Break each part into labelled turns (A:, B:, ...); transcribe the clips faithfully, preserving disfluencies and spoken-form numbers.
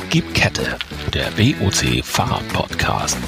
A: Gib Kette, der B O C Fahrrad-Podcast.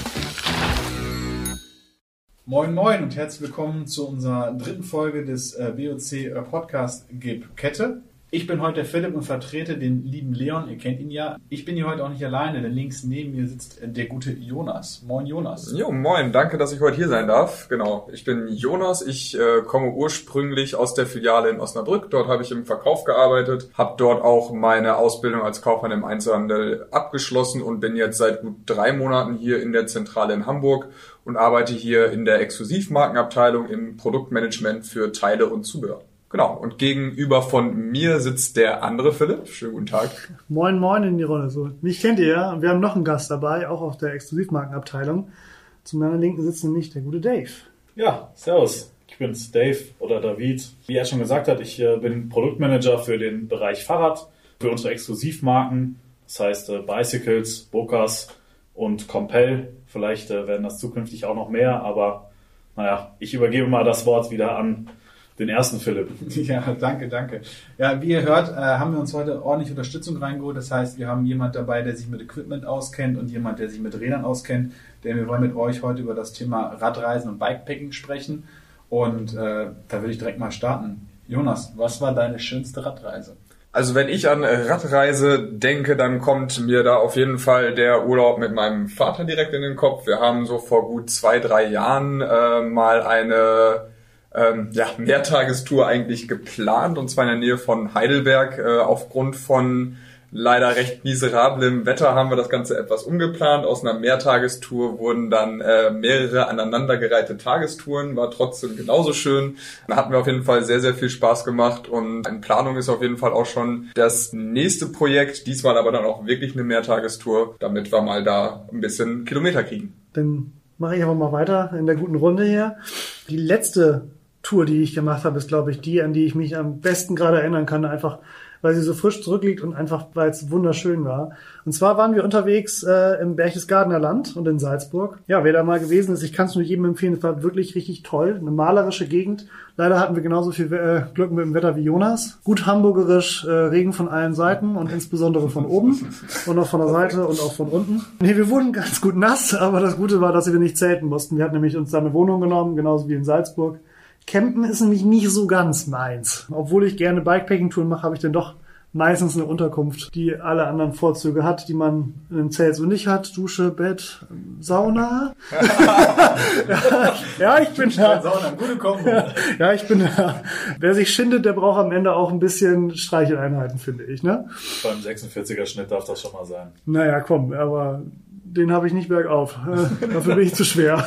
B: Moin Moin und herzlich willkommen zu unserer dritten Folge des äh, B O C äh, Podcast Gib Kette. Ich bin heute der Philipp und vertrete den lieben Leon, ihr kennt ihn ja. Ich bin hier heute auch nicht alleine, denn links neben mir sitzt der gute Jonas. Moin Jonas.
C: Jo, moin, danke, dass ich heute hier sein darf. Genau, ich bin Jonas, ich äh, komme ursprünglich aus der Filiale in Osnabrück. Dort habe ich im Verkauf gearbeitet, habe dort auch meine Ausbildung als Kaufmann im Einzelhandel abgeschlossen und bin jetzt seit gut drei Monaten hier in der Zentrale in Hamburg und arbeite hier in der Exklusivmarkenabteilung im Produktmanagement für Teile und Zubehör. Genau, und gegenüber von mir sitzt der andere Philipp. Schönen guten Tag.
D: Moin Moin in die Runde. So, mich kennt ihr ja und wir haben noch einen Gast dabei, auch auf der Exklusivmarkenabteilung. Zu meiner Linken sitzt nämlich der gute Dave.
E: Ja, servus. Ich bin's, Dave oder David. Wie er schon gesagt hat, ich äh, bin Produktmanager für den Bereich Fahrrad, für unsere Exklusivmarken. Das heißt äh, Bicycles, Bokas und Compel. Vielleicht äh, werden das zukünftig auch noch mehr, aber naja, ich übergebe mal das Wort wieder an den ersten Philipp.
B: Ja, danke, danke. Ja, wie ihr hört, äh, haben wir uns heute ordentlich Unterstützung reingeholt. Das heißt, wir haben jemand dabei, der sich mit Equipment auskennt und jemand, der sich mit Rädern auskennt. Denn wir wollen mit euch heute über das Thema Radreisen und Bikepacking sprechen. Und äh, da würde ich direkt mal starten. Jonas, was war deine schönste Radreise?
C: Also wenn ich an Radreise denke, dann kommt mir da auf jeden Fall der Urlaub mit meinem Vater direkt in den Kopf. Wir haben so vor gut zwei, drei Jahren äh, mal eine ähm, ja, Mehrtagestour eigentlich geplant, und zwar in der Nähe von Heidelberg. Äh, aufgrund von leider recht miserablem Wetter haben wir das Ganze etwas umgeplant. Aus einer Mehrtagestour wurden dann äh, mehrere aneinandergereihte Tagestouren, war trotzdem genauso schön. Da hatten wir auf jeden Fall sehr, sehr viel Spaß gemacht, und in Planung ist auf jeden Fall auch schon das nächste Projekt, diesmal aber dann auch wirklich eine Mehrtagestour, damit wir mal da ein bisschen Kilometer kriegen.
D: Dann mache ich aber mal weiter in der guten Runde hier. Die letzte Tour, die ich gemacht habe, ist, glaube ich, die, an die ich mich am besten gerade erinnern kann, einfach weil sie so frisch zurückliegt und einfach, weil es wunderschön war. Und zwar waren wir unterwegs äh, im Berchtesgadener Land und in Salzburg. Ja, wer da mal gewesen ist, ich kann es nur jedem empfehlen, es war wirklich richtig toll. Eine malerische Gegend. Leider hatten wir genauso viel äh, Glück mit dem Wetter wie Jonas. Gut hamburgerisch, äh, Regen von allen Seiten und insbesondere von oben und auch von der Seite und auch von unten. Nee, wir wurden ganz gut nass, aber das Gute war, dass wir nicht zelten mussten. Wir hatten nämlich uns da eine Wohnung genommen, genauso wie in Salzburg. Campen ist nämlich nicht so ganz meins. Obwohl ich gerne Bikepacking-Touren mache, habe ich dann doch meistens eine Unterkunft, die alle anderen Vorzüge hat, die man im Zelt so nicht hat. Dusche, Bett, Sauna. ja, ja, ich bin da.
B: Sauna, gute Kombo.
D: Ja, ich bin da. Wer sich schindet, der braucht am Ende auch ein bisschen Streicheleinheiten, finde ich, ne?
E: Beim sechsundvierziger Schnitt darf das schon mal sein.
D: Naja, komm, aber den habe ich nicht bergauf. Dafür bin ich zu schwer.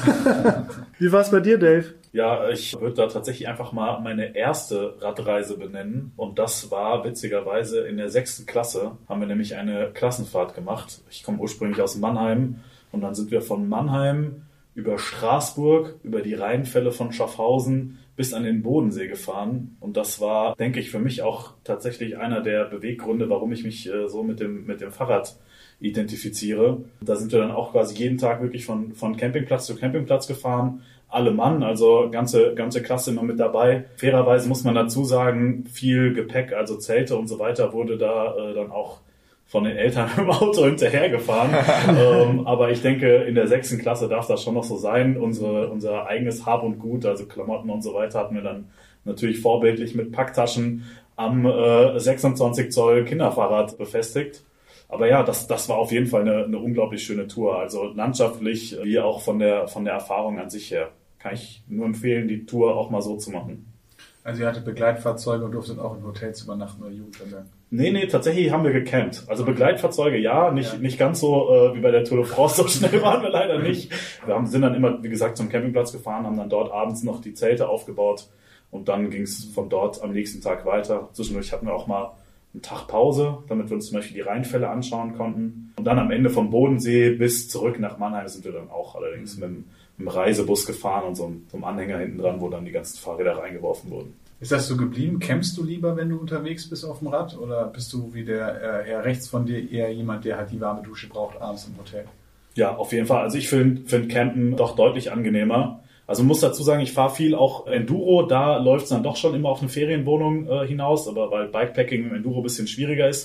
D: Wie war es bei dir, Dave?
E: Ja, ich würde da tatsächlich einfach mal meine erste Radreise benennen. Und das war witzigerweise in der sechsten Klasse. Haben wir nämlich eine Klassenfahrt gemacht. Ich komme ursprünglich aus Mannheim. Und dann sind wir von Mannheim über Straßburg, über die Rheinfälle von Schaffhausen bis an den Bodensee gefahren. Und das war, denke ich, für mich auch tatsächlich einer der Beweggründe, warum ich mich äh, so mit dem, mit dem Fahrrad identifiziere. Da sind wir dann auch quasi jeden Tag wirklich von, von Campingplatz zu Campingplatz gefahren. Alle Mann, also ganze, ganze Klasse immer mit dabei. Fairerweise muss man dazu sagen, viel Gepäck, also Zelte und so weiter, wurde da äh, dann auch von den Eltern im Auto hinterhergefahren. ähm, aber ich denke, in der sechsten Klasse darf das schon noch so sein. Unsere, unser eigenes Hab und Gut, also Klamotten und so weiter, hatten wir dann natürlich vorbildlich mit Packtaschen am äh, sechsundzwanzig Zoll Kinderfahrrad befestigt. Aber ja, das, das war auf jeden Fall eine, eine unglaublich schöne Tour. Also landschaftlich wie auch von der, von der Erfahrung an sich her. Kann ich nur empfehlen, die Tour auch mal so zu machen.
B: Also ihr hattet Begleitfahrzeuge und durftet auch in Hotels übernachten oder Jugendherbergen?
E: Nee, nee, tatsächlich haben wir gecampt. Also Begleitfahrzeuge, ja, nicht, ja. nicht ganz so äh, wie bei der Tour de France, so schnell waren wir leider nicht. Wir haben, sind dann immer, wie gesagt, zum Campingplatz gefahren, haben dann dort abends noch die Zelte aufgebaut und dann ging es von dort am nächsten Tag weiter. Zwischendurch hatten wir auch mal einen Tag Pause, damit wir uns zum Beispiel die Rheinfälle anschauen konnten. Und dann am Ende vom Bodensee bis zurück nach Mannheim sind wir dann auch allerdings mit dem, mit dem Reisebus gefahren und so einem, so einem Anhänger hinten dran, wo dann die ganzen Fahrräder reingeworfen wurden.
B: Ist das so geblieben? Campst du lieber, wenn du unterwegs bist auf dem Rad? Oder bist du wie der äh, Herr rechts von dir eher jemand, der halt die warme Dusche braucht abends im Hotel?
E: Ja, auf jeden Fall. Also ich finde find Campen doch deutlich angenehmer. Also muss dazu sagen, ich fahre viel auch Enduro. Da läuft es dann doch schon immer auf eine Ferienwohnung äh, hinaus. Aber weil Bikepacking im Enduro ein bisschen schwieriger ist.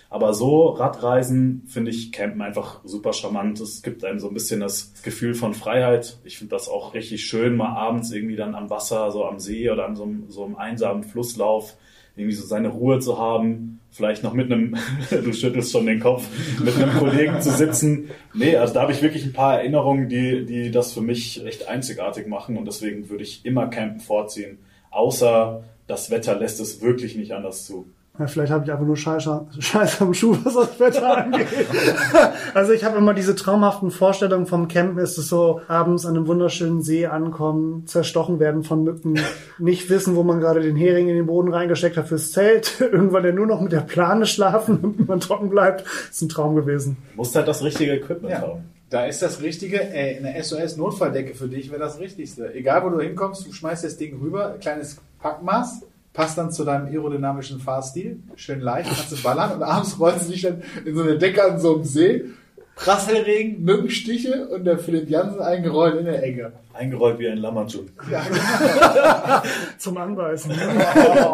E: Aber so Radreisen finde ich Campen einfach super charmant. Es gibt einem so ein bisschen das Gefühl von Freiheit. Ich finde das auch richtig schön, mal abends irgendwie dann am Wasser, so am See oder an so einem, so einem einsamen Flusslauf irgendwie so seine Ruhe zu haben. Vielleicht noch mit einem, du schüttelst schon den Kopf, mit einem Kollegen zu sitzen. Nee, also da habe ich wirklich ein paar Erinnerungen, die, die das für mich echt einzigartig machen. Und deswegen würde ich immer Campen vorziehen. Außer das Wetter lässt es wirklich nicht anders zu.
D: Ja, vielleicht habe ich einfach nur Scheiße, Scheiße am Schuh, was das Wetter angeht. Also ich habe immer diese traumhaften Vorstellungen vom Campen, ist es so, abends an einem wunderschönen See ankommen, zerstochen werden von Mücken, nicht wissen, wo man gerade den Hering in den Boden reingesteckt hat fürs Zelt, irgendwann ja nur noch mit der Plane schlafen, damit man trocken bleibt. Das ist ein Traum gewesen.
E: Du musst halt das richtige Equipment
B: Ja.
E: haben.
B: Da ist das Richtige, ey, eine S O S-Notfalldecke für dich wäre das Richtigste. Egal, wo du hinkommst, du schmeißt das Ding rüber, kleines Packmaß, passt dann zu deinem aerodynamischen Fahrstil, schön leicht, kannst du ballern und abends rollst du dich dann in so eine Decke an so einem See, Prasselregen, Mückenstiche und der Philipp Jansen eingerollt in der Ecke.
E: Eingerollt wie ein Lammertschun.
B: Ja, genau.
D: Zum Anbeißen.
B: Oh.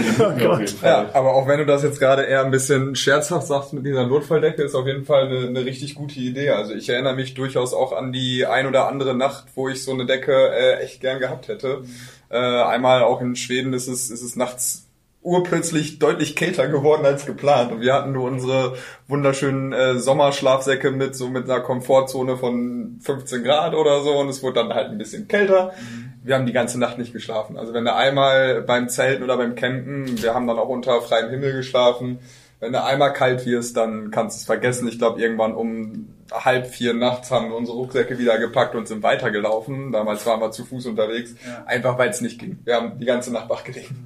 C: Ja, aber auch wenn du das jetzt gerade eher ein bisschen scherzhaft sagst mit dieser Notfalldecke, ist auf jeden Fall eine, eine richtig gute Idee. Also ich erinnere mich durchaus auch an die ein oder andere Nacht, wo ich so eine Decke äh, echt gern gehabt hätte. Mhm. Äh, einmal auch in Schweden ist es, ist es nachts urplötzlich deutlich kälter geworden als geplant. Und wir hatten nur unsere wunderschönen äh, Sommerschlafsäcke mit so mit einer Komfortzone von fünfzehn Grad oder so und es wurde dann halt ein bisschen kälter. Mhm. Wir haben die ganze Nacht nicht geschlafen. Also wenn du einmal beim Zelten oder beim Campen, wir haben dann auch unter freiem Himmel geschlafen, wenn du einmal kalt wirst, dann kannst du es vergessen. Ich glaube, irgendwann um halb vier nachts haben wir unsere Rucksäcke wieder gepackt und sind weitergelaufen. Damals waren wir zu Fuß unterwegs, ja. Einfach weil es nicht ging. Wir haben die ganze Nacht wach gelegen.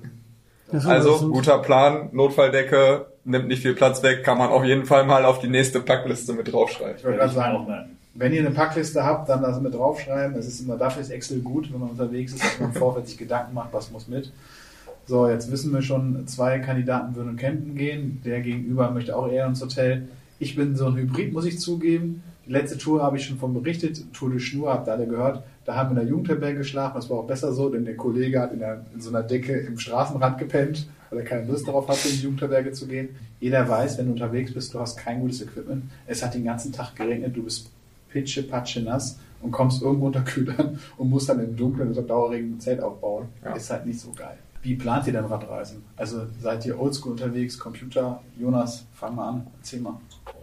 C: Also, guter Plan, Notfalldecke, nimmt nicht viel Platz weg, kann man auf jeden Fall mal auf die nächste Packliste mit draufschreiben.
B: Ich wollte gerade sagen, wenn ihr eine Packliste habt, dann das mit draufschreiben. Es ist immer, dafür ist Excel gut, wenn man unterwegs ist, dass man im Vorfeld sich Gedanken macht, was muss mit. So, jetzt wissen wir schon, zwei Kandidaten würden campen gehen, der gegenüber möchte auch eher ins Hotel. Ich bin so ein Hybrid, muss ich zugeben. Die letzte Tour habe ich schon von berichtet, Tour de Schnur, habt ihr alle gehört. Da haben wir in der Jugendherberge geschlafen, das war auch besser so, denn der Kollege hat in, der, in so einer Decke im Straßenrand gepennt, weil er keine Lust darauf hatte, in die Jugendherberge zu gehen. Jeder weiß, wenn du unterwegs bist, du hast kein gutes Equipment. Es hat den ganzen Tag geregnet, du bist pitsche, patsche nass und kommst irgendwo unterkühlt an und musst dann im Dunkeln unter Dauerregen ein Zelt aufbauen. Ja. Ist halt nicht so geil. Wie plant ihr denn Radreisen? Also seid ihr oldschool unterwegs, Computer? Jonas, fang mal an, erzähl mal.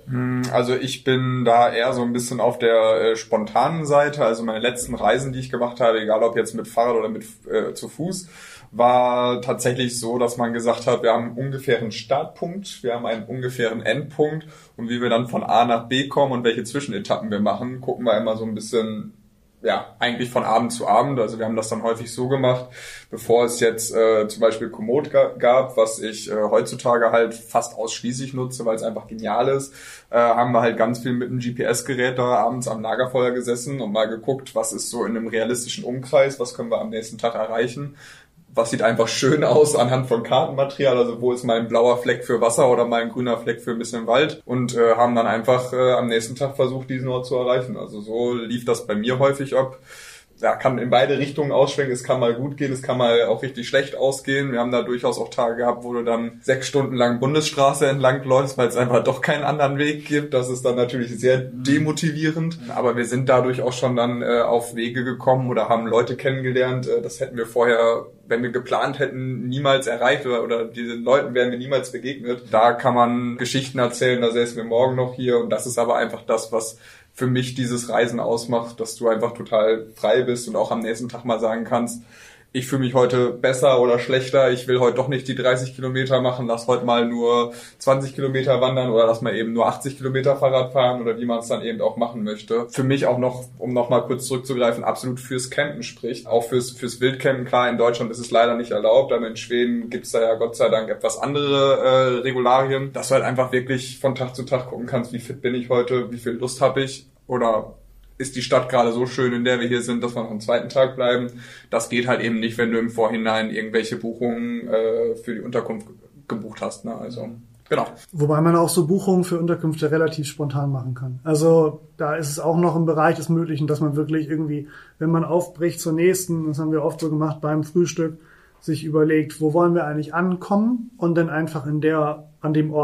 C: Also ich bin da eher so ein bisschen auf der äh, spontanen Seite. Also meine letzten Reisen, die ich gemacht habe, egal ob jetzt mit Fahrrad oder mit äh, zu Fuß, war tatsächlich so, dass man gesagt hat, wir haben einen ungefähren Startpunkt, wir haben einen ungefähren Endpunkt und wie wir dann von A nach B kommen und welche Zwischenetappen wir machen, gucken wir immer so ein bisschen, ja, eigentlich von Abend zu Abend. Also wir haben das dann häufig so gemacht, bevor es jetzt äh, zum Beispiel Komoot ga- gab, was ich äh, heutzutage halt fast ausschließlich nutze, weil es einfach genial ist, äh, haben wir halt ganz viel mit einem G P S-Gerät da abends am Lagerfeuer gesessen und mal geguckt, was ist so in einem realistischen Umkreis, was können wir am nächsten Tag erreichen. Was sieht einfach schön aus anhand von Kartenmaterial, also wo ist mal ein blauer Fleck für Wasser oder mal ein grüner Fleck für ein bisschen Wald und äh, haben dann einfach äh, am nächsten Tag versucht, diesen Ort zu erreichen. Also so lief das bei mir häufig ab. Ja, kann in beide Richtungen ausschwenken, es kann mal gut gehen, es kann mal auch richtig schlecht ausgehen. Wir haben da durchaus auch Tage gehabt, wo du dann sechs Stunden lang Bundesstraße entlang läufst, weil es einfach doch keinen anderen Weg gibt. Das ist dann natürlich sehr demotivierend. Aber wir sind dadurch auch schon dann äh, auf Wege gekommen oder haben Leute kennengelernt. Äh, das hätten wir vorher, wenn wir geplant hätten, niemals erreicht oder, oder diesen Leuten wären wir niemals begegnet. Da kann man Geschichten erzählen, da säßen wir morgen noch hier. Und das ist aber einfach das, was für mich dieses Reisen ausmacht, dass du einfach total frei bist und auch am nächsten Tag mal sagen kannst, ich fühle mich heute besser oder schlechter, ich will heute doch nicht die dreißig Kilometer machen, lass heute mal nur zwanzig Kilometer wandern oder lass mal eben nur achtzig Kilometer Fahrrad fahren oder wie man es dann eben auch machen möchte. Für mich auch noch, um noch mal kurz zurückzugreifen, absolut fürs Campen spricht. Auch fürs fürs Wildcampen, klar, in Deutschland ist es leider nicht erlaubt, aber in Schweden gibt es da ja Gott sei Dank etwas andere äh, Regularien, dass du halt einfach wirklich von Tag zu Tag gucken kannst, wie fit bin ich heute, wie viel Lust habe ich oder ist die Stadt gerade so schön, in der wir hier sind, dass wir noch einen zweiten Tag bleiben. Das geht halt eben nicht, wenn du im Vorhinein irgendwelche Buchungen äh, für die Unterkunft gebucht hast. Ne? Also genau.
D: Wobei man auch so Buchungen für Unterkünfte relativ spontan machen kann. Also da ist es auch noch im Bereich des Möglichen, dass man wirklich irgendwie, wenn man aufbricht zur nächsten, das haben wir oft so gemacht beim Frühstück, sich überlegt, wo wollen wir eigentlich ankommen und dann einfach in der an dem Ort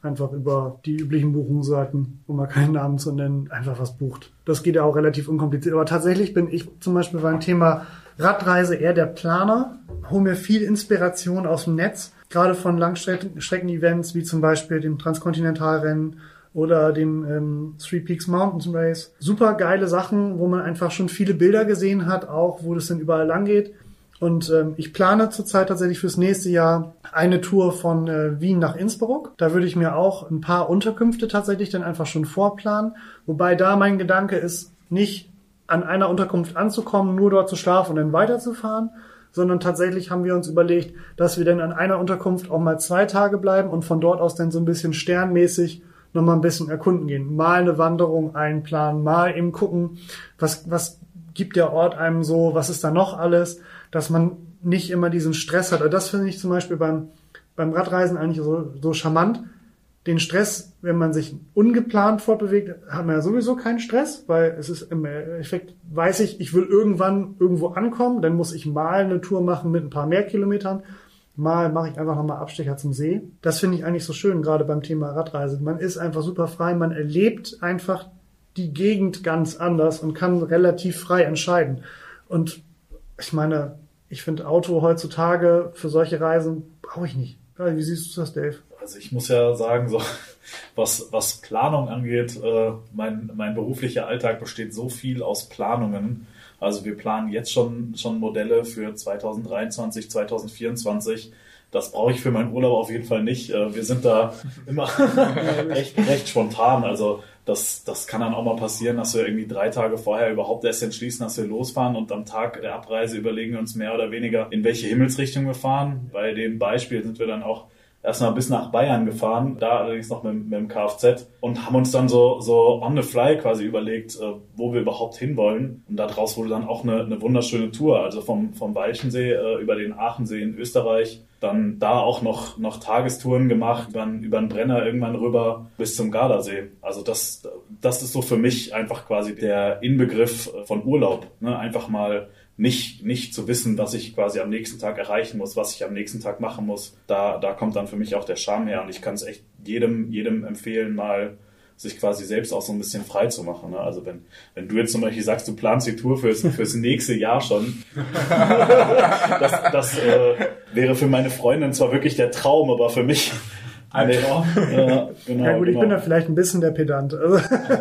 D: einfach über die üblichen Buchungsseiten, um mal keinen Namen zu nennen, einfach was bucht. Das geht ja auch relativ unkompliziert. Aber tatsächlich bin ich zum Beispiel beim Thema Radreise eher der Planer, hole mir viel Inspiration aus dem Netz, gerade von Langstrecken-Events wie zum Beispiel dem Transkontinentalrennen oder dem ähm, Three Peaks Mountain Race. Super geile Sachen, wo man einfach schon viele Bilder gesehen hat, auch wo das dann überall lang geht. Und ähm, ich plane zurzeit tatsächlich fürs nächste Jahr eine Tour von äh, Wien nach Innsbruck. Da würde ich mir auch ein paar Unterkünfte tatsächlich dann einfach schon vorplanen. Wobei da mein Gedanke ist, nicht an einer Unterkunft anzukommen, nur dort zu schlafen und dann weiterzufahren, sondern tatsächlich haben wir uns überlegt, dass wir dann an einer Unterkunft auch mal zwei Tage bleiben und von dort aus dann so ein bisschen sternmäßig nochmal ein bisschen erkunden gehen. Mal eine Wanderung einplanen, mal eben gucken, was, was gibt der Ort einem so, was ist da noch alles, dass man nicht immer diesen Stress hat. Also das finde ich zum Beispiel beim, beim Radreisen eigentlich so, so charmant. Den Stress, wenn man sich ungeplant fortbewegt, hat man ja sowieso keinen Stress, weil es ist im Endeffekt, weiß ich, ich will irgendwann irgendwo ankommen, dann muss ich mal eine Tour machen mit ein paar mehr Kilometern, mal mache ich einfach nochmal Abstecher zum See. Das finde ich eigentlich so schön, gerade beim Thema Radreise. Man ist einfach super frei, man erlebt einfach die Gegend ganz anders und kann relativ frei entscheiden. Und ich meine, ich finde Auto heutzutage für solche Reisen brauche ich nicht. Wie siehst du das, Dave?
E: Also ich muss ja sagen, so was, was Planung angeht, äh, mein, mein beruflicher Alltag besteht so viel aus Planungen. Also wir planen jetzt schon, schon Modelle für zwanzig dreiundzwanzig, zwanzig vierundzwanzig. Das brauche ich für meinen Urlaub auf jeden Fall nicht. Äh, wir sind da immer recht, recht spontan. Also das, das kann dann auch mal passieren, dass wir irgendwie drei Tage vorher überhaupt erst entschließen, dass wir losfahren und am Tag der Abreise überlegen wir uns mehr oder weniger, in welche Himmelsrichtung wir fahren. Bei dem Beispiel sind wir dann auch erstmal bis nach Bayern gefahren, da allerdings noch mit, mit dem Kfz und haben uns dann so, so on the fly quasi überlegt, äh, wo wir überhaupt hinwollen. Und daraus wurde dann auch eine, eine wunderschöne Tour, also vom, vom Walchensee äh, über den Aachensee in Österreich, dann da auch noch, noch Tagestouren gemacht, dann über den Brenner irgendwann rüber bis zum Gardasee. Also das, das ist so für mich einfach quasi der Inbegriff von Urlaub, ne? Einfach mal nicht, nicht zu wissen, was ich quasi am nächsten Tag erreichen muss, was ich am nächsten Tag machen muss. Da, da kommt dann für mich auch der Charme her und ich kann es echt jedem, jedem empfehlen, mal sich quasi selbst auch so ein bisschen frei zu machen. Ne? Also wenn, wenn du jetzt zum Beispiel sagst, du planst die Tour fürs, fürs nächste Jahr schon, das, das äh, wäre für meine Freundin zwar wirklich der Traum, aber für mich ein Traum. Ja, genau,
D: ja gut, ich
E: genau.
D: bin da vielleicht ein bisschen der Pedant. Also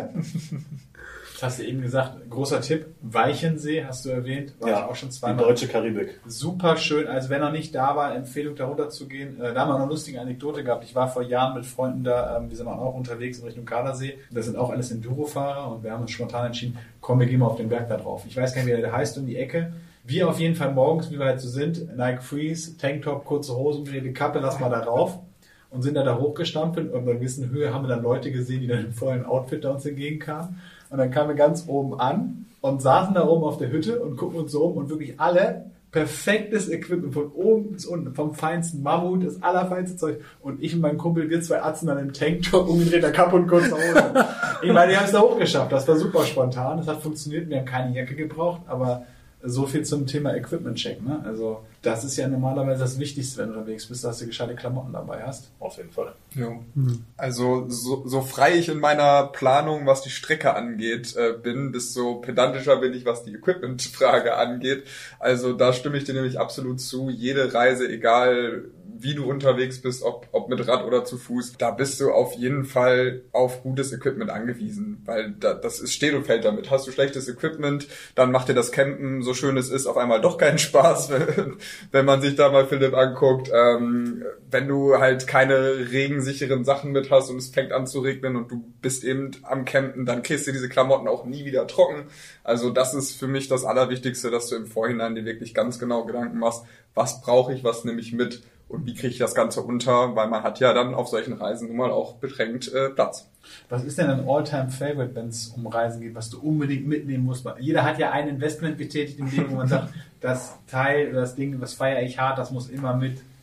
B: hast du eben gesagt, großer Tipp, Walchensee hast du erwähnt, war
E: ja,
B: ich auch schon zweimal.
E: Die deutsche Karibik.
B: Super schön, also wenn er nicht da war, Empfehlung da runter zu gehen. Da haben wir noch eine lustige Anekdote gehabt. Ich war vor Jahren mit Freunden da, wir sind auch unterwegs in Richtung Gardasee. Das sind auch alles Enduro-Fahrer und wir haben uns spontan entschieden, komm, wir gehen mal auf den Berg da drauf. Ich weiß gar nicht, wie der heißt, um die Ecke. Wir auf jeden Fall morgens, wie wir halt so sind, Nike Freeze, Tanktop, kurze Hosen, die Kappe, lass mal da rauf. Und sind da da hochgestampelt und bei einer gewissen Höhe haben wir dann Leute gesehen, die dann im vollen Outfit da uns entgegenkamen. Und dann kamen wir ganz oben an und saßen da oben auf der Hütte und gucken uns so um und wirklich alle perfektes Equipment von oben bis unten, vom feinsten Mammut, das allerfeinste Zeug. Und ich und mein Kumpel, wir zwei Atzen dann im Tanktop, umgedrehter Kappe und kurzer Hose. Ich meine, die haben es da hochgeschafft. Das war super spontan. Das hat funktioniert. Wir haben keine Jacke gebraucht, aber so viel zum Thema Equipment-Check. Ne? Also das ist ja normalerweise das Wichtigste, wenn du unterwegs bist, dass du gescheite Klamotten dabei hast.
E: Auf jeden Fall.
C: Ja. Also so, so frei ich in meiner Planung, was die Strecke angeht, äh, bin, desto pedantischer bin ich, was die Equipment-Frage angeht. Also da stimme ich dir nämlich absolut zu. Jede Reise, egal wie du unterwegs bist, ob, ob mit Rad oder zu Fuß, da bist du auf jeden Fall auf gutes Equipment angewiesen, weil da, das ist steht und fällt damit. Hast du schlechtes Equipment, dann macht dir das Campen, so schön es ist, auf einmal doch keinen Spaß, wenn, wenn man sich da mal Philipp anguckt. Ähm, wenn du halt keine regensicheren Sachen mit hast und es fängt an zu regnen und du bist eben am Campen, dann kriegst du diese Klamotten auch nie wieder trocken. Also das ist für mich das Allerwichtigste, dass du im Vorhinein dir wirklich ganz genau Gedanken machst, was brauche ich, was nehme ich mit und wie kriege ich das Ganze unter, weil man hat ja dann auf solchen Reisen nun mal auch beschränkt äh, Platz.
B: Was ist denn ein All-Time-Favorite, wenn es um Reisen geht, was du unbedingt mitnehmen musst? Jeder hat ja ein Investment betätigt in dem, wo man sagt, das Teil oder das Ding, das feiere ich hart, das muss immer mit.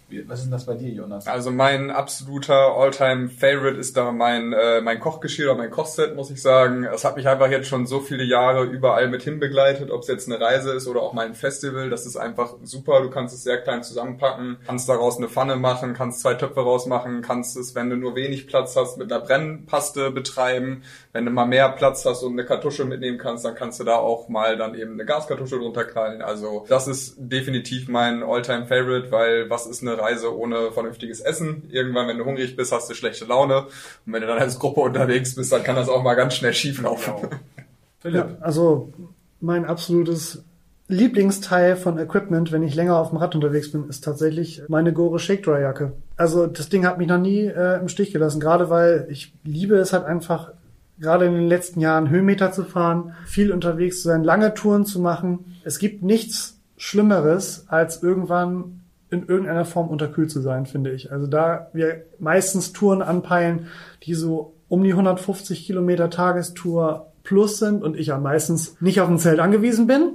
B: Was ist denn das bei dir, Jonas?
C: Also mein absoluter All-Time-Favorite ist da mein äh, mein Kochgeschirr oder mein Kochset, muss ich sagen. Es hat mich einfach jetzt schon so viele Jahre überall mit hinbegleitet, ob es jetzt eine Reise ist oder auch mal ein Festival. Das ist einfach super. Du kannst es sehr klein zusammenpacken, kannst daraus eine Pfanne machen, kannst zwei Töpfe rausmachen, kannst es, wenn du nur wenig Platz hast, mit einer Brennpaste betreiben. Wenn du mal mehr Platz hast und eine Kartusche mitnehmen kannst, dann kannst du da auch mal dann eben eine Gaskartusche drunter knallen. Also das ist definitiv mein All-Time-Favorite, weil was ist eine Reise ohne vernünftiges Essen? Irgendwann, wenn du hungrig bist, hast du schlechte Laune. Und wenn du dann als Gruppe unterwegs bist, dann kann das auch mal ganz schnell schief laufen.
B: Genau. Philipp.
D: Ja, also mein absolutes Lieblingsteil von Equipment, wenn ich länger auf dem Rad unterwegs bin, ist tatsächlich meine Gore Shake Dry Jacke. Also das Ding hat mich noch nie äh, im Stich gelassen, gerade weil ich liebe es halt einfach, gerade in den letzten Jahren Höhenmeter zu fahren, viel unterwegs zu sein, lange Touren zu machen. Es gibt nichts Schlimmeres, als irgendwann in irgendeiner Form unterkühlt zu sein, finde ich. Also da wir meistens Touren anpeilen, die so um die hundertfünfzig Kilometer Tagestour plus sind und ich ja meistens nicht auf ein Zelt angewiesen bin,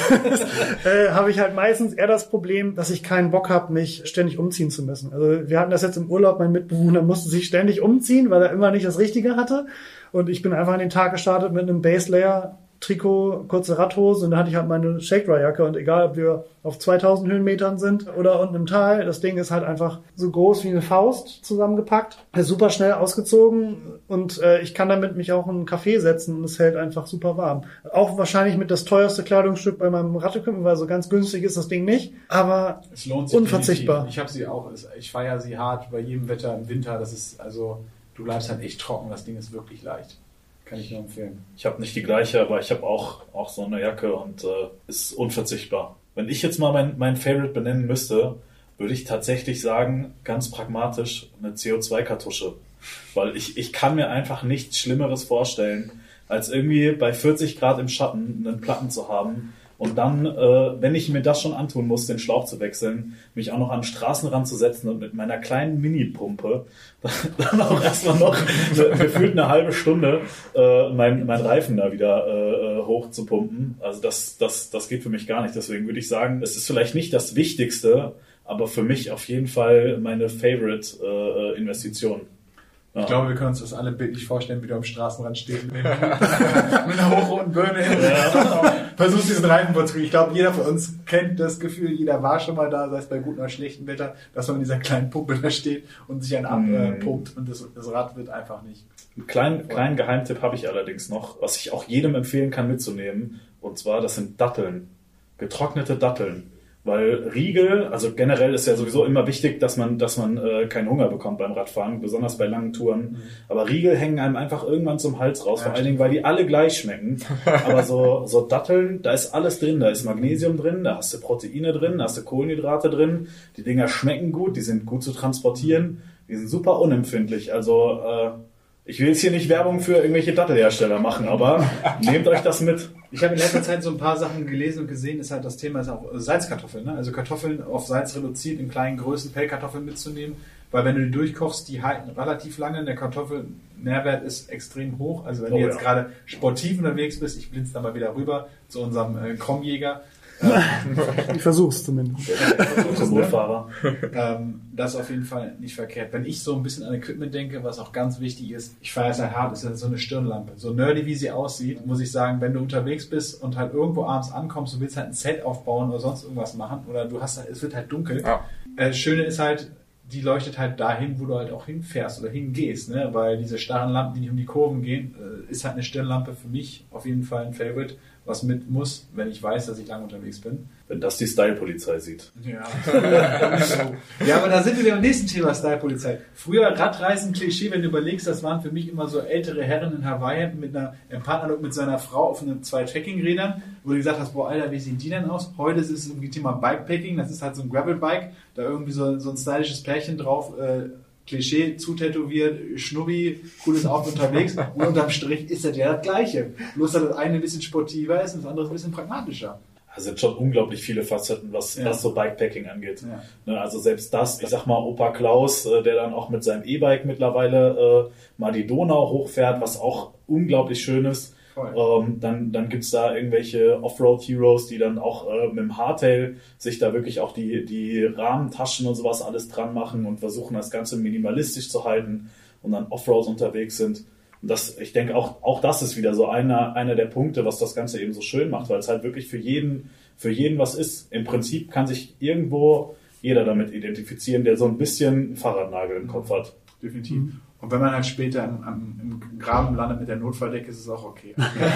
D: äh, habe ich halt meistens eher das Problem, dass ich keinen Bock habe, mich ständig umziehen zu müssen. Also wir hatten das jetzt im Urlaub, mein Mitbewohner musste sich ständig umziehen, weil er immer nicht das Richtige hatte. Und ich bin einfach an den Tag gestartet mit einem Base Layer, Trikot, kurze Radhose und da hatte ich halt meine Shake-Dry-Jacke und egal, ob wir auf zweitausend Höhenmetern sind oder unten im Tal, das Ding ist halt einfach so groß wie eine Faust zusammengepackt, ist super schnell ausgezogen und äh, ich kann damit mich auch in einen Café setzen und es hält einfach super warm. Auch wahrscheinlich mit das teuerste Kleidungsstück bei meinem Radequipment, weil so ganz günstig ist das Ding nicht, aber
B: es lohnt sich
D: unverzichtbar.
B: Definitiv. Ich habe sie auch, ich feiere sie hart bei jedem Wetter im Winter, das ist also, du bleibst halt echt trocken, das Ding ist wirklich leicht. Kann ich nur empfehlen.
E: Ich habe nicht die gleiche, aber ich habe auch, auch so eine Jacke und äh, ist unverzichtbar. Wenn ich jetzt mal mein, mein Favorite benennen müsste, würde ich tatsächlich sagen, ganz pragmatisch, eine C O zwei Kartusche. Weil ich, ich kann mir einfach nichts Schlimmeres vorstellen, als irgendwie bei vierzig Grad im Schatten einen Platten zu haben und dann, äh, wenn ich mir das schon antun muss, den Schlauch zu wechseln, mich auch noch an den Straßenrand zu setzen und mit meiner kleinen Mini-Pumpe dann auch erstmal noch gefühlt eine halbe Stunde äh, mein, mein Reifen da wieder äh, hoch zu pumpen. Also das, das, das geht für mich gar nicht. Deswegen würde ich sagen, es ist vielleicht nicht das Wichtigste, aber für mich auf jeden Fall meine Favorite-Investition.
B: Ich ja. glaube, wir können uns das alle bildlich vorstellen, wie du am Straßenrand stehst mit einer hochroten Birne hin. Ja. Versuchst diesen Reifen vorzukriegen. Ich glaube, jeder von uns kennt das Gefühl, jeder war schon mal da, sei es bei gutem oder schlechtem Wetter, dass man in dieser kleinen Pumpe da steht und sich einen abpumpt mm. und das, das Rad wird einfach nicht.
E: Einen kleinen, kleinen Geheimtipp habe ich allerdings noch, was ich auch jedem empfehlen kann mitzunehmen. Und zwar, das sind Datteln. Getrocknete Datteln. Weil Riegel, also generell ist ja sowieso immer wichtig, dass man, dass man äh, keinen Hunger bekommt beim Radfahren, besonders bei langen Touren. Mhm. Aber Riegel hängen einem einfach irgendwann zum Hals raus, ja, vor allen Dingen, weil die alle gleich schmecken. Aber so, so Datteln, da ist alles drin. Da ist Magnesium drin, da hast du Proteine drin, da hast du Kohlenhydrate drin. Die Dinger schmecken gut, die sind gut zu transportieren, die sind super unempfindlich. Also äh, ich will jetzt hier nicht Werbung für irgendwelche Dattelhersteller machen, aber nehmt euch das mit.
B: Ich habe in letzter Zeit so ein paar Sachen gelesen und gesehen, ist halt das Thema ist auch Salzkartoffeln, ne? Also Kartoffeln auf Salz reduziert in kleinen Größen, Pellkartoffeln mitzunehmen, weil wenn du die durchkochst, die halten relativ lange, der Kartoffelnährwert ist extrem hoch, also wenn oh, du jetzt ja. gerade sportiv unterwegs bist, ich blinze da mal wieder rüber zu unserem äh, Kommjäger.
D: Ich versuch's zumindest.
E: Automobilfahrer.
B: ähm, das ist auf jeden Fall nicht verkehrt. Wenn ich so ein bisschen an Equipment denke, was auch ganz wichtig ist, ich feiere es halt hart, ist ja so eine Stirnlampe. So nerdy wie sie aussieht, muss ich sagen, wenn du unterwegs bist und halt irgendwo abends ankommst, du willst halt ein Set aufbauen oder sonst irgendwas machen oder du hast halt, es wird halt dunkel. Ja. Äh, das Schöne ist halt, die leuchtet halt dahin, wo du halt auch hinfährst oder hingehst, ne? Weil diese starren Lampen, die nicht um die Kurven gehen, äh, ist halt eine Stirnlampe für mich auf jeden Fall ein Favorite, was mit muss, wenn ich weiß, dass ich lang unterwegs bin.
E: Wenn das die Style-Polizei sieht.
B: Ja. Ja, aber da sind wir beim nächsten Thema Style-Polizei. Früher Radreisen-Klischee, wenn du überlegst, das waren für mich immer so ältere Herren in Hawaii mit einer, im Partnerlook mit seiner Frau auf einem zwei Trekkingrädern, wo du gesagt hast, boah, Alter, wie sehen die denn aus? Heute ist es irgendwie Thema Bikepacking, das ist halt so ein Gravelbike, da irgendwie so, so ein stylisches Pärchen drauf, äh, Klischee, zutätowiert, Schnubbi, cooles Auto unterwegs und unterm Strich ist das ja das Gleiche. Bloß, dass das eine ein bisschen sportiver ist und das andere ein bisschen pragmatischer.
E: Da sind schon unglaublich viele Facetten, was, ja. was so Bikepacking angeht. Ja. Also selbst das, ich sag mal, Opa Klaus, der dann auch mit seinem E-Bike mittlerweile äh, mal die Donau hochfährt, was auch unglaublich schön ist. Ähm, dann dann gibt's da irgendwelche Offroad-Heroes, die dann auch äh, mit dem Hardtail sich da wirklich auch die, die Rahmentaschen und sowas alles dran machen und versuchen das Ganze minimalistisch zu halten und dann Offroad unterwegs sind. Und das, ich denke, auch, auch das ist wieder so einer, einer der Punkte, was das Ganze eben so schön macht, weil es halt wirklich für jeden, für jeden was ist. Im Prinzip kann sich irgendwo jeder damit identifizieren, der so ein bisschen einen Fahrradnagel im Kopf hat.
B: Definitiv. Mhm. Und wenn man halt später im, im, im Graben landet mit der Notfalldecke, ist es auch okay.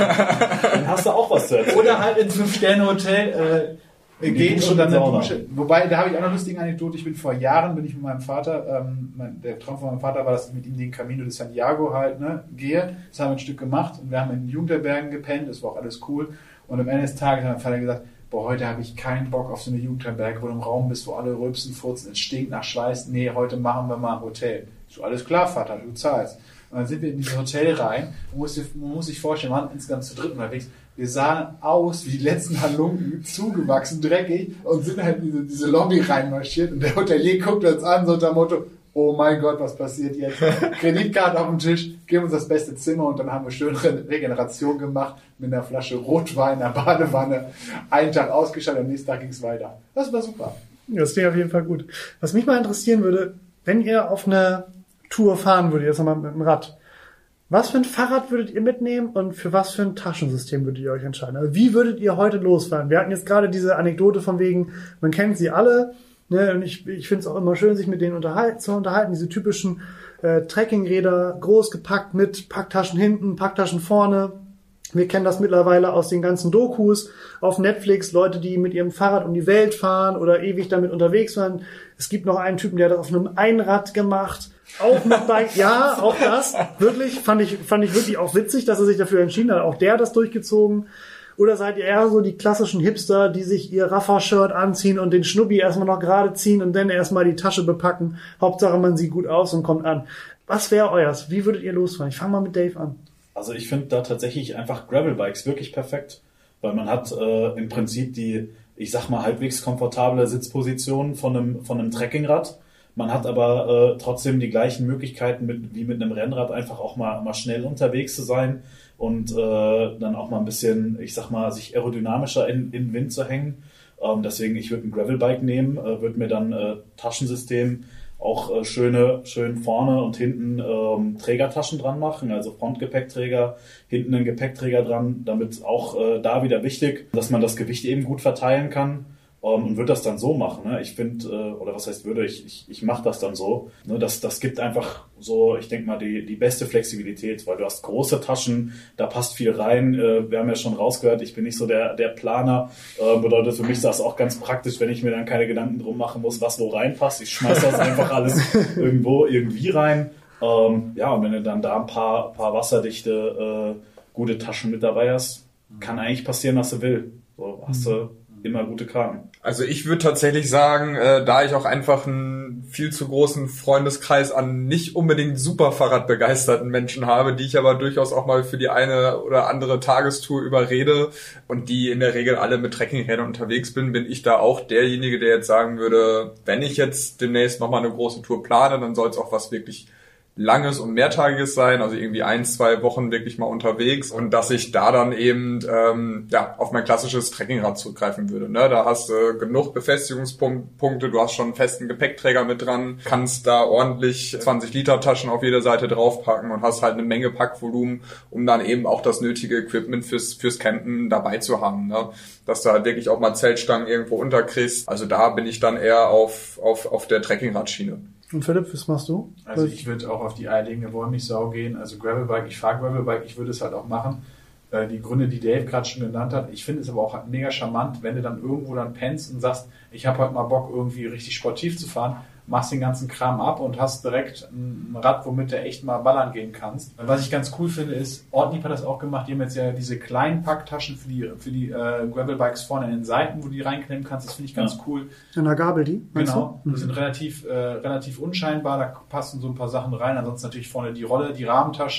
E: Dann hast du auch was zu erzählen.
B: Oder halt ins Fünf-Sterne-Hotel äh, geht und dann eine Dusche. Wobei, da habe ich auch eine lustige Anekdote. Ich bin vor Jahren, bin ich mit meinem Vater, ähm, mein, der Traum von meinem Vater war, dass ich mit ihm den Camino de Santiago halt ne, gehe. Das haben wir ein Stück gemacht und wir haben in Jugendherbergen gepennt. Das war auch alles cool. Und am Ende des Tages hat mein Vater gesagt, boah, heute habe ich keinen Bock auf so eine Jugendherberge, wo du im Raum bist, wo alle rülpsen, furzen, es stinkt nach Schweiß. Nee, heute machen wir mal ein Hotel. So, alles klar, Vater, du zahlst. Und dann sind wir in dieses Hotel rein. Man muss, man muss sich vorstellen, wir waren insgesamt zu dritt unterwegs. Wir sahen aus wie die letzten Halunken, zugewachsen, dreckig und sind halt in diese, diese Lobby reinmarschiert. Und der Hotelier guckt uns an, so unter dem Motto, oh mein Gott, was passiert jetzt? Kreditkarte auf dem Tisch, geben uns das beste Zimmer und dann haben wir schöne Regeneration gemacht mit einer Flasche Rotwein in der Badewanne. Einen Tag ausgeschaltet, am nächsten Tag ging es weiter. Das war super.
D: Das klingt auf jeden Fall gut. Was mich mal interessieren würde, wenn ihr auf eine Tour fahren würdet, jetzt nochmal mit dem Rad, was für ein Fahrrad würdet ihr mitnehmen und für was für ein Taschensystem würdet ihr euch entscheiden? Also wie würdet ihr heute losfahren? Wir hatten jetzt gerade diese Anekdote von wegen, man kennt sie alle, ne, und ich, ich finde es auch immer schön, sich mit denen unterhalten, zu unterhalten, diese typischen äh, Trekkingräder, groß gepackt mit Packtaschen hinten, Packtaschen vorne. Wir kennen das mittlerweile aus den ganzen Dokus auf Netflix, Leute, die mit ihrem Fahrrad um die Welt fahren oder ewig damit unterwegs waren. Es gibt noch einen Typen, der hat das auf einem Einrad gemacht, auch mit Bike. Ja, auch das. Wirklich, fand ich, fand ich wirklich auch witzig, dass er sich dafür entschieden hat. Auch der hat das durchgezogen. Oder seid ihr eher so die klassischen Hipster, die sich ihr Raffa-Shirt anziehen und den Schnubbi erstmal noch gerade ziehen und dann erstmal die Tasche bepacken? Hauptsache, man sieht gut aus und kommt an. Was wäre euers? Wie würdet ihr losfahren? Ich fange mal mit Dave an.
E: Also ich finde da tatsächlich einfach Gravelbikes wirklich perfekt, weil man hat äh, im Prinzip die, ich sag mal, halbwegs komfortable Sitzposition von einem, von einem Trekkingrad. Man hat aber äh, trotzdem die gleichen Möglichkeiten mit, wie mit einem Rennrad einfach auch mal, mal schnell unterwegs zu sein und äh, dann auch mal ein bisschen, ich sag mal, sich aerodynamischer in, in den Wind zu hängen. Ähm, deswegen, ich würde ein Gravelbike nehmen, äh, würde mir dann äh, Taschensystem auch äh, schöne, schön vorne und hinten ähm, Trägertaschen dran machen, also Frontgepäckträger, hinten einen Gepäckträger dran, damit auch äh, da wieder wichtig, dass man das Gewicht eben gut verteilen kann. Um, und würde das dann so machen. Ne? Ich finde, äh, oder was heißt würde, ich ich, ich mache das dann so. Ne? Das, das gibt einfach so, ich denke mal, die, die beste Flexibilität, weil du hast große Taschen, da passt viel rein. Äh, wir haben ja schon rausgehört, ich bin nicht so der, der Planer. Äh, bedeutet für mich ist das auch ganz praktisch, wenn ich mir dann keine Gedanken drum machen muss, was wo reinpasst. Ich schmeiß das einfach alles irgendwo irgendwie rein. Ähm, ja, und wenn du dann da ein paar, paar wasserdichte, äh, gute Taschen mit dabei hast, kann eigentlich passieren, was du willst. So hast du immer gute Karten.
C: Also ich würde tatsächlich sagen, äh, da ich auch einfach einen viel zu großen Freundeskreis an nicht unbedingt super Fahrradbegeisterten Menschen habe, die ich aber durchaus auch mal für die eine oder andere Tagestour überrede und die in der Regel alle mit Trekkingrädern unterwegs bin, bin ich da auch derjenige, der jetzt sagen würde, wenn ich jetzt demnächst nochmal eine große Tour plane, dann soll es auch was wirklich Langes und Mehrtagiges sein, also irgendwie ein, zwei Wochen wirklich mal unterwegs und dass ich da dann eben ähm, ja auf mein klassisches Trekkingrad zurückgreifen würde. Ne? Da hast du äh, genug Befestigungspunkte, du hast schon einen festen Gepäckträger mit dran, kannst da ordentlich zwanzig Liter Taschen auf jeder Seite draufpacken und hast halt eine Menge Packvolumen, um dann eben auch das nötige Equipment fürs fürs Campen dabei zu haben. Ne? Dass du halt wirklich auch mal Zeltstangen irgendwo unterkriegst. Also da bin ich dann eher auf auf auf der Trekkingradschiene.
D: Und Philipp, was machst du?
B: Also ich würde auch auf die eierlegende Wollmilchsau gehen. Also Gravelbike, ich fahre Gravelbike, ich würde es halt auch machen. Äh, die Gründe, die Dave gerade schon genannt hat. Ich finde es aber auch mega charmant, wenn du dann irgendwo dann pennst und sagst, ich habe heute mal Bock, irgendwie richtig sportiv zu fahren, machst den ganzen Kram ab und hast direkt ein Rad, womit du echt mal ballern gehen kannst. Was ich ganz cool finde, ist, Ortlieb hat das auch gemacht, die haben jetzt ja diese kleinen Packtaschen für die, für die äh, Gravelbikes vorne in den Seiten, wo du die reinklemmen kannst. Das finde ich ganz ja. cool.
D: In der Gabel, die?
B: Genau.
D: Du?
B: Die sind relativ, äh, relativ unscheinbar, da passen so ein paar Sachen rein. Ansonsten natürlich vorne die Rolle, die Rahmentasche,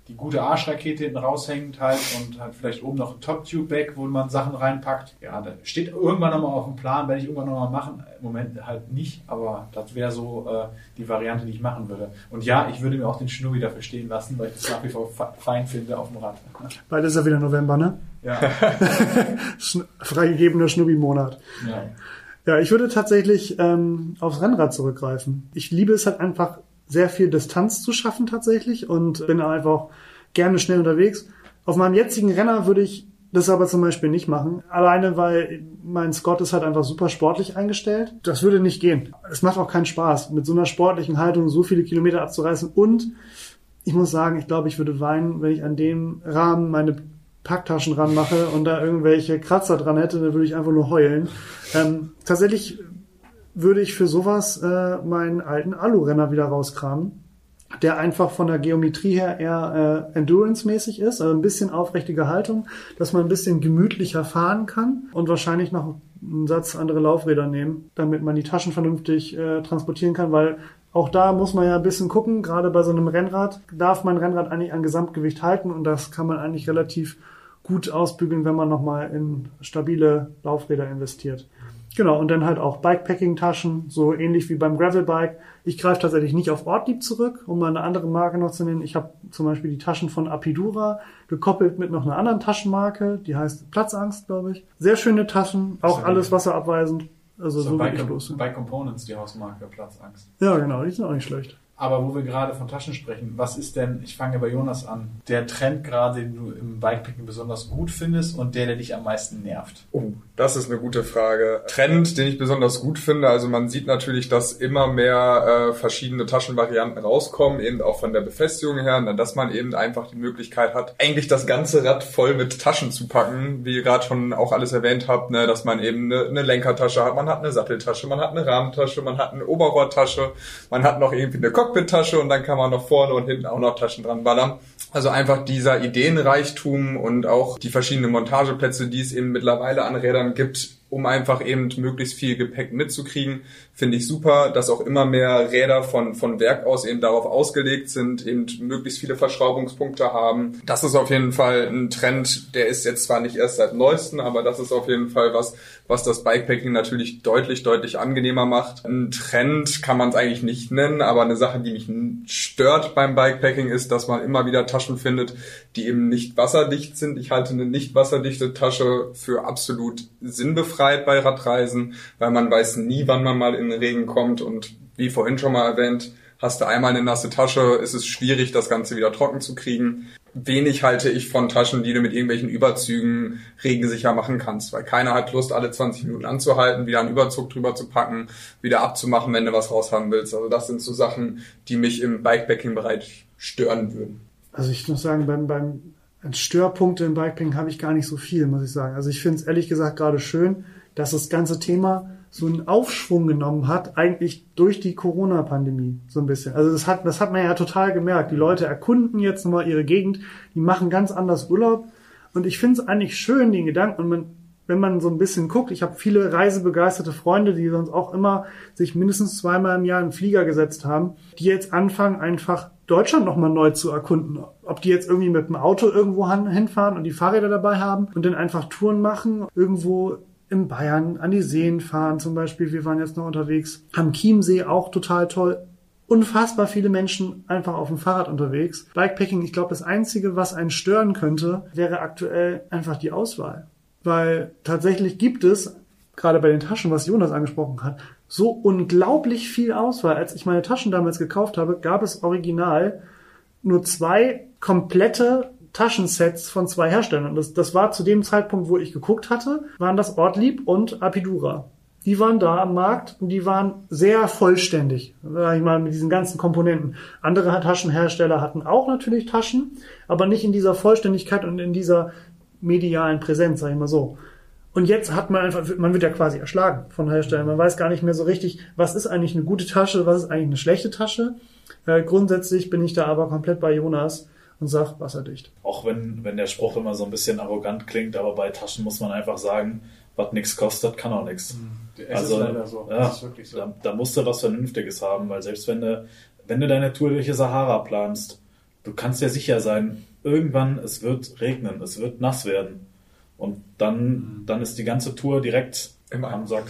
B: die gute Arschrakete hinten raushängt halt und halt vielleicht oben noch ein Top-Tube-Bag, wo man Sachen reinpackt. Ja, da steht irgendwann nochmal auf dem Plan, werde ich irgendwann nochmal machen. Im Moment halt nicht, aber das wäre so äh, die Variante, die ich machen würde. Und ja, ich würde mir auch den Schnurri dafür stehen lassen, weil ich das nach wie vor fein finde auf dem Rad.
D: Bald ist ja wieder November, ne?
B: Ja.
D: Freigegebener Schnubbi-Monat.
B: Ja.
D: Ja, ich würde tatsächlich ähm, aufs Rennrad zurückgreifen. Ich liebe es halt einfach, sehr viel Distanz zu schaffen tatsächlich und bin einfach auch gerne schnell unterwegs. Auf meinem jetzigen Renner würde ich das aber zum Beispiel nicht machen. Alleine, weil mein Scott ist halt einfach super sportlich eingestellt. Das würde nicht gehen. Es macht auch keinen Spaß, mit so einer sportlichen Haltung so viele Kilometer abzureißen. Und ich muss sagen, ich glaube, ich würde weinen, wenn ich an dem Rahmen meine Packtaschen ranmache und da irgendwelche Kratzer dran hätte, dann würde ich einfach nur heulen. Ähm, tatsächlich würde ich für sowas äh, meinen alten Alu-Renner wieder rauskramen, der einfach von der Geometrie her eher äh, Endurance-mäßig ist, also ein bisschen aufrichtige Haltung, dass man ein bisschen gemütlicher fahren kann und wahrscheinlich noch einen Satz andere Laufräder nehmen, damit man die Taschen vernünftig äh, transportieren kann, weil auch da muss man ja ein bisschen gucken, gerade bei so einem Rennrad darf mein Rennrad eigentlich ein Gesamtgewicht halten und das kann man eigentlich relativ gut ausbügeln, wenn man nochmal in stabile Laufräder investiert. Genau, und dann halt auch Bikepacking-Taschen, so ähnlich wie beim Gravelbike. Ich greife tatsächlich nicht auf Ortlieb zurück, um mal eine andere Marke noch zu nennen. Ich habe zum Beispiel die Taschen von Apidura gekoppelt mit noch einer anderen Taschenmarke, die heißt Platzangst, glaube ich. Sehr schöne Taschen, auch alles wasserabweisend. Also so, so
B: Bike,
D: wie ich los.
B: Bike Components, die Hausmarke Platzangst.
D: Ja, genau, die sind auch nicht schlecht.
B: Aber wo wir gerade von Taschen sprechen, was ist denn, ich fange bei Jonas an, der Trend gerade, den du im Bikepacking besonders gut findest und der, der dich am meisten nervt?
C: Oh, das ist eine gute Frage. Trend, den ich besonders gut finde, also man sieht natürlich, dass immer mehr äh, verschiedene Taschenvarianten rauskommen, eben auch von der Befestigung her, dass man eben einfach die Möglichkeit hat, eigentlich das ganze Rad voll mit Taschen zu packen, wie ihr gerade schon auch alles erwähnt habt, ne, dass man eben eine, eine Lenkertasche hat, man hat eine Satteltasche, man hat eine Rahmentasche, man hat eine Oberrohrtasche, man hat noch irgendwie eine Cockpit-Tasche und dann kann man noch vorne und hinten auch noch Taschen dran ballern. Also einfach dieser Ideenreichtum und auch die verschiedenen Montageplätze, die es eben mittlerweile an Rädern gibt, um einfach eben möglichst viel Gepäck mitzukriegen, finde ich super, dass auch immer mehr Räder von von Werk aus eben darauf ausgelegt sind, eben möglichst viele Verschraubungspunkte haben. Das ist auf jeden Fall ein Trend, der ist jetzt zwar nicht erst seit neuestem, aber das ist auf jeden Fall was, was das Bikepacking natürlich deutlich, deutlich angenehmer macht. Ein Trend kann man es eigentlich nicht nennen, aber eine Sache, die mich stört beim Bikepacking ist, dass man immer wieder Taschen findet, die eben nicht wasserdicht sind. Ich halte eine nicht wasserdichte Tasche für absolut sinnbefreit bei Radreisen, weil man weiß nie, wann man mal in den Regen kommt und wie vorhin schon mal erwähnt, hast du einmal eine nasse Tasche, ist es schwierig, das Ganze wieder trocken zu kriegen. Wenig halte ich von Taschen, die du mit irgendwelchen Überzügen regensicher machen kannst, weil keiner hat Lust, alle zwanzig Minuten anzuhalten, wieder einen Überzug drüber zu packen, wieder abzumachen, wenn du was raushaben willst. Also das sind so Sachen, die mich im Bikepacking-Bereich stören würden.
D: Also ich muss sagen, beim, beim Störpunkte im Bikepacking habe ich gar nicht so viel, muss ich sagen. Also ich finde es ehrlich gesagt gerade schön, dass das ganze Thema so einen Aufschwung genommen hat, eigentlich durch die Corona-Pandemie so ein bisschen. Also das hat, das hat man ja total gemerkt. Die Leute erkunden jetzt nochmal ihre Gegend, die machen ganz anders Urlaub und ich finde es eigentlich schön, den Gedanken, und man, wenn man so ein bisschen guckt, ich habe viele reisebegeisterte Freunde, die sonst auch immer sich mindestens zweimal im Jahr in den Flieger gesetzt haben, die jetzt anfangen, einfach Deutschland nochmal neu zu erkunden. Ob die jetzt irgendwie mit dem Auto irgendwo hinfahren und die Fahrräder dabei haben und dann einfach Touren machen, irgendwo in Bayern an die Seen fahren zum Beispiel. Wir waren jetzt noch unterwegs am Chiemsee, auch total toll. Unfassbar viele Menschen einfach auf dem Fahrrad unterwegs. Bikepacking, ich glaube, das Einzige, was einen stören könnte, wäre aktuell einfach die Auswahl. Weil tatsächlich gibt es, gerade bei den Taschen, was Jonas angesprochen hat, so unglaublich viel Auswahl. Als ich meine Taschen damals gekauft habe, gab es original nur zwei komplette Taschensets von zwei Herstellern. Und das, das war zu dem Zeitpunkt, wo ich geguckt hatte, waren das Ortlieb und Apidura. Die waren da am Markt und die waren sehr vollständig, sag ich mal, mit diesen ganzen Komponenten. Andere Taschenhersteller hatten auch natürlich Taschen, aber nicht in dieser Vollständigkeit und in dieser medialen Präsenz, sag ich mal so. Und jetzt hat man einfach, man wird ja quasi erschlagen von Herstellern. Man weiß gar nicht mehr so richtig, was ist eigentlich eine gute Tasche, was ist eigentlich eine schlechte Tasche. Äh, grundsätzlich bin ich da aber komplett bei Jonas und sag wasserdicht.
E: Auch wenn, wenn der Spruch immer so ein bisschen arrogant klingt, aber bei Taschen muss man einfach sagen, was nichts kostet, kann auch nichts.
B: Es
E: also,
B: ist leider so.
E: Ja,
B: das ist wirklich so.
E: Da, da musst du was Vernünftiges haben, weil selbst wenn du, wenn du deine Tour durch die Sahara planst, du kannst ja sicher sein, irgendwann es wird regnen, es wird nass werden. Und dann, dann ist die ganze Tour direkt im Sack.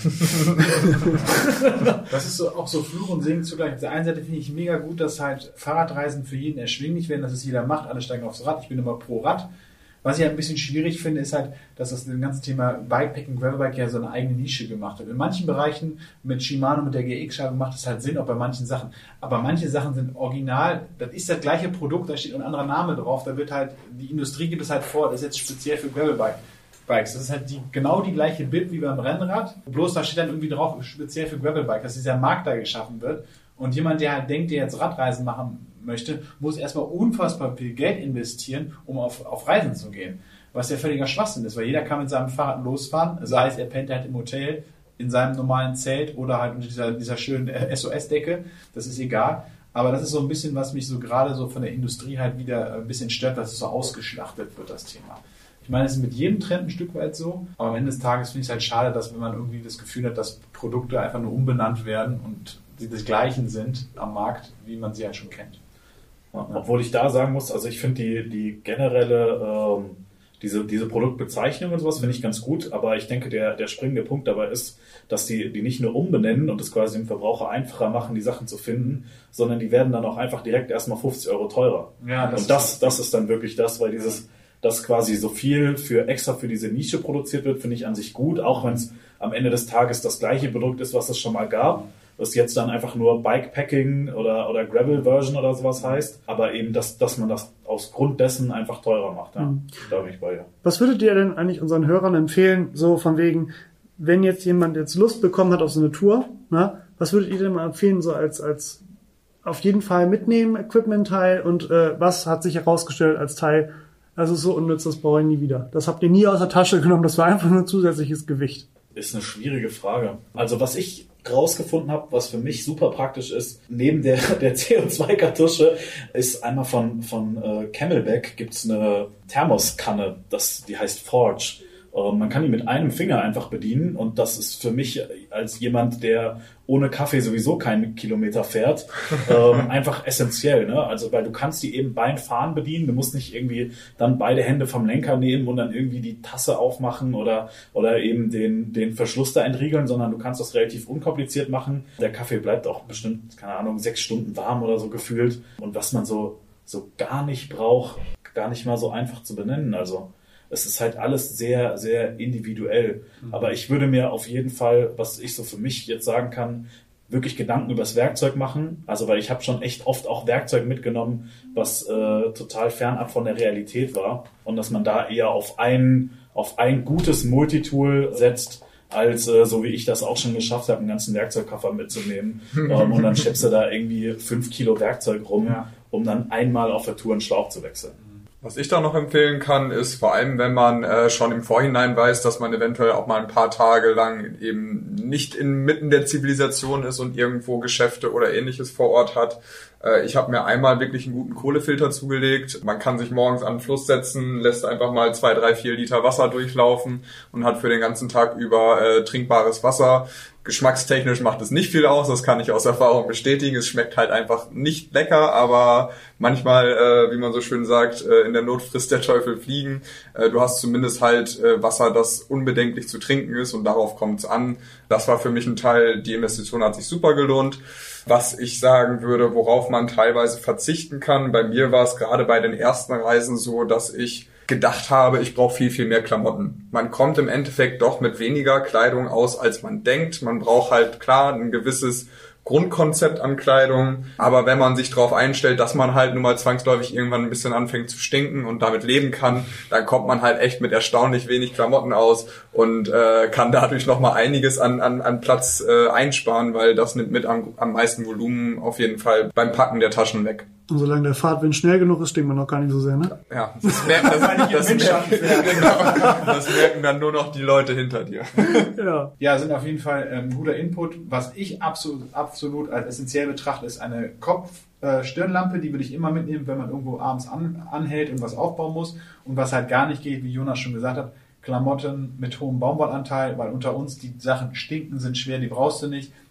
B: Das ist so, auch so Fluch und Segen zugleich. Auf der einen Seite finde ich mega gut, dass halt Fahrradreisen für jeden erschwinglich werden, dass es jeder macht, alle steigen aufs Rad, ich bin immer pro Rad. Was ich halt ein bisschen schwierig finde, ist halt, dass das ganze Thema Bikepacking, Gravelbike ja so eine eigene Nische gemacht hat. In manchen Bereichen mit Shimano, mit der G X-Scheibe macht es halt Sinn, auch bei manchen Sachen. Aber manche Sachen sind original, das ist das gleiche Produkt, da steht ein anderer Name drauf, da wird halt, die Industrie gibt es halt vor, das ist jetzt speziell für Gravelbike. Bikes. Das ist halt die, genau die gleiche Bib wie beim Rennrad, bloß da steht dann irgendwie drauf, speziell für Gravelbike, dass dieser Markt da geschaffen wird. Und jemand, der halt denkt, der jetzt Radreisen machen möchte, muss erstmal unfassbar viel Geld investieren, um auf, auf Reisen zu gehen. Was ja völliger Schwachsinn ist, weil jeder kann mit seinem Fahrrad losfahren, sei es er pennt halt im Hotel, in seinem normalen Zelt oder halt unter dieser, dieser schönen S O S-Decke, das ist egal. Aber das ist so ein bisschen, was mich so gerade so von der Industrie halt wieder ein bisschen stört, dass es so ausgeschlachtet wird, das Thema. Ich meine, es ist mit jedem Trend ein Stück weit so, aber am Ende des Tages finde ich es halt schade, dass wenn man irgendwie das Gefühl hat, dass Produkte einfach nur umbenannt werden und sie das Gleichen sind am Markt, wie man sie halt schon kennt.
E: Ja, obwohl ich da sagen muss, also ich finde die, die generelle, ähm, diese, diese Produktbezeichnung und sowas finde ich ganz gut, aber ich denke, der, der springende Punkt dabei ist, dass die, die nicht nur umbenennen und es quasi dem Verbraucher einfacher machen, die Sachen zu finden, sondern die werden dann auch einfach direkt erstmal fünfzig Euro teurer.
B: Ja, das
E: und das, das ist dann wirklich das, weil dieses, dass quasi so viel für extra für diese Nische produziert wird, finde ich an sich gut, auch wenn es am Ende des Tages das gleiche Produkt ist, was es schon mal gab, was jetzt dann einfach nur Bikepacking oder, oder Gravel-Version oder sowas heißt, aber eben, dass, dass man das aus Grund dessen einfach teurer macht. Ja. Mhm. Da bin ich bei dir.
D: Was würdet ihr denn eigentlich unseren Hörern empfehlen, so von wegen, wenn jetzt jemand jetzt Lust bekommen hat auf so eine Tour, ne, was würdet ihr denn mal empfehlen, so als, als auf jeden Fall mitnehmen, Equipment-Teil und äh, was hat sich herausgestellt als Teil, also so unnütz, das brauche ich nie wieder. Das habt ihr nie aus der Tasche genommen, das war einfach nur zusätzliches Gewicht.
E: Ist eine schwierige Frage. Also was ich rausgefunden habe, was für mich super praktisch ist, neben der, der C O zwei Kartusche, ist einmal von, von äh, Camelback gibt's eine Thermoskanne, das, die heißt Forge. Man kann die mit einem Finger einfach bedienen und das ist für mich als jemand, der ohne Kaffee sowieso keine Kilometer fährt, ähm, einfach essentiell. Ne? Also weil du kannst die eben beim Fahren bedienen, du musst nicht irgendwie dann beide Hände vom Lenker nehmen und dann irgendwie die Tasse aufmachen oder oder eben den den Verschluss da entriegeln, sondern du kannst das relativ unkompliziert machen. Der Kaffee bleibt auch bestimmt, keine Ahnung, sechs Stunden warm oder so gefühlt. Und was man so so gar nicht braucht, gar nicht mal so einfach zu benennen. Also es ist halt alles sehr, sehr individuell. Mhm. Aber ich würde mir auf jeden Fall, was ich so für mich jetzt sagen kann, wirklich Gedanken über das Werkzeug machen. Also weil ich habe schon echt oft auch Werkzeug mitgenommen, was äh, total fernab von der Realität war. Und dass man da eher auf ein, auf ein gutes Multitool setzt, als äh, so wie ich das auch schon geschafft habe, einen ganzen Werkzeugkoffer mitzunehmen. ähm, und dann schleppst du da irgendwie fünf Kilo Werkzeug rum, ja, um dann einmal auf der Tour einen Schlauch zu wechseln.
C: Was ich da noch empfehlen kann, ist vor allem, wenn man äh, schon im Vorhinein weiß, dass man eventuell auch mal ein paar Tage lang eben nicht inmitten der Zivilisation ist und irgendwo Geschäfte oder Ähnliches vor Ort hat. Äh, ich habe mir einmal wirklich einen guten Kohlefilter zugelegt. Man kann sich morgens an den Fluss setzen, lässt einfach mal zwei, drei, vier Liter Wasser durchlaufen und hat für den ganzen Tag über äh, trinkbares Wasser. Geschmackstechnisch macht es nicht viel aus, das kann ich aus Erfahrung bestätigen. Es schmeckt halt einfach nicht lecker, aber manchmal, äh, wie man so schön sagt, äh, in der Not frisst der Teufel Fliegen. Äh, du hast zumindest halt äh, Wasser, das unbedenklich zu trinken ist und darauf kommt es an. Das war für mich ein Teil, die Investition hat sich super gelohnt. Was ich sagen würde, worauf man teilweise verzichten kann, bei mir war es gerade bei den ersten Reisen so, dass ich gedacht habe, ich brauche viel, viel mehr Klamotten. Man kommt im Endeffekt doch mit weniger Kleidung aus, als man denkt. Man braucht halt klar ein gewisses Grundkonzept an Kleidung, aber wenn man sich darauf einstellt, dass man halt nun mal zwangsläufig irgendwann ein bisschen anfängt zu stinken und damit leben kann, dann kommt man halt echt mit erstaunlich wenig Klamotten aus und äh, kann dadurch nochmal einiges an, an, an Platz äh, einsparen, weil das nimmt mit am, am meisten Volumen auf jeden Fall beim Packen der Taschen weg.
D: Und solange der Fahrtwind schnell genug ist, stinkt man noch gar nicht so sehr, ne?
C: Ja, das merken, das, das, das, merken, genau, das merken dann nur noch die Leute hinter dir.
B: Ja, ja, sind auf jeden Fall ein ähm, guter Input. Was ich absolut, absolut als essentiell betrachte, ist eine Kopf-Stirnlampe, äh, die würde ich immer mitnehmen, wenn man irgendwo abends an, anhält und was aufbauen muss. Und was halt gar nicht geht, wie Jonas schon gesagt hat, Klamotten mit hohem Baumwollanteil, weil unter uns die Sachen stinken, sind schwer, die brauchst du nicht.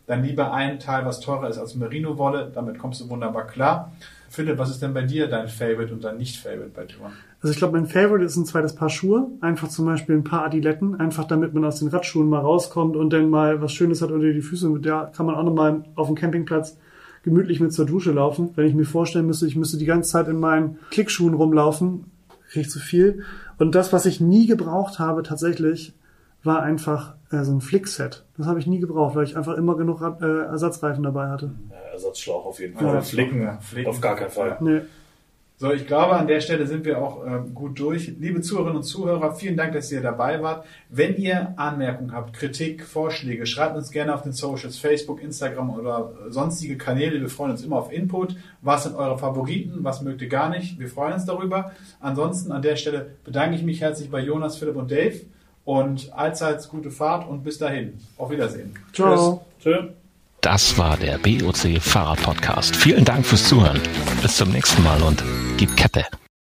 B: dann lieber ein Teil, was teurer ist als Merino-Wolle. Damit kommst du wunderbar klar. Philipp, was ist denn bei dir dein Favorite und dein Nicht-Favorite bei Touren?
D: Also ich glaube, mein Favorite ist ein zweites Paar Schuhe. Einfach zum Beispiel ein paar Adiletten. Einfach damit man aus den Radschuhen mal rauskommt und dann mal was Schönes hat unter die Füße. Mit der kann man auch nochmal auf dem Campingplatz gemütlich mit zur Dusche laufen. Wenn ich mir vorstellen müsste, ich müsste die ganze Zeit in meinen Klickschuhen rumlaufen, kriege ich zu viel. Und das, was ich nie gebraucht habe tatsächlich, war einfach äh, so ein Flickset. Das habe ich nie gebraucht, weil ich einfach immer genug äh, Ersatzreifen dabei hatte.
E: Ja, Ersatzschlauch auf jeden Fall.
B: Ja,
E: Flicken,
B: ja, Flicken
E: auf gar keinen Fall.
D: Nee.
B: So, ich glaube, an der Stelle sind wir auch äh, gut durch. Liebe Zuhörerinnen und Zuhörer, vielen Dank, dass ihr dabei wart. Wenn ihr Anmerkungen habt, Kritik, Vorschläge, schreibt uns gerne auf den Socials, Facebook, Instagram oder sonstige Kanäle. Wir freuen uns immer auf Input. Was sind eure Favoriten? Was mögt ihr gar nicht? Wir freuen uns darüber. Ansonsten an der Stelle bedanke ich mich herzlich bei Jonas, Philipp und Dave und allseits gute Fahrt und bis dahin. Auf Wiedersehen.
D: Ciao.
E: Tschüss.
A: Das war der B O C Fahrrad Podcast. Vielen Dank fürs Zuhören. Bis zum nächsten Mal und gib Kette.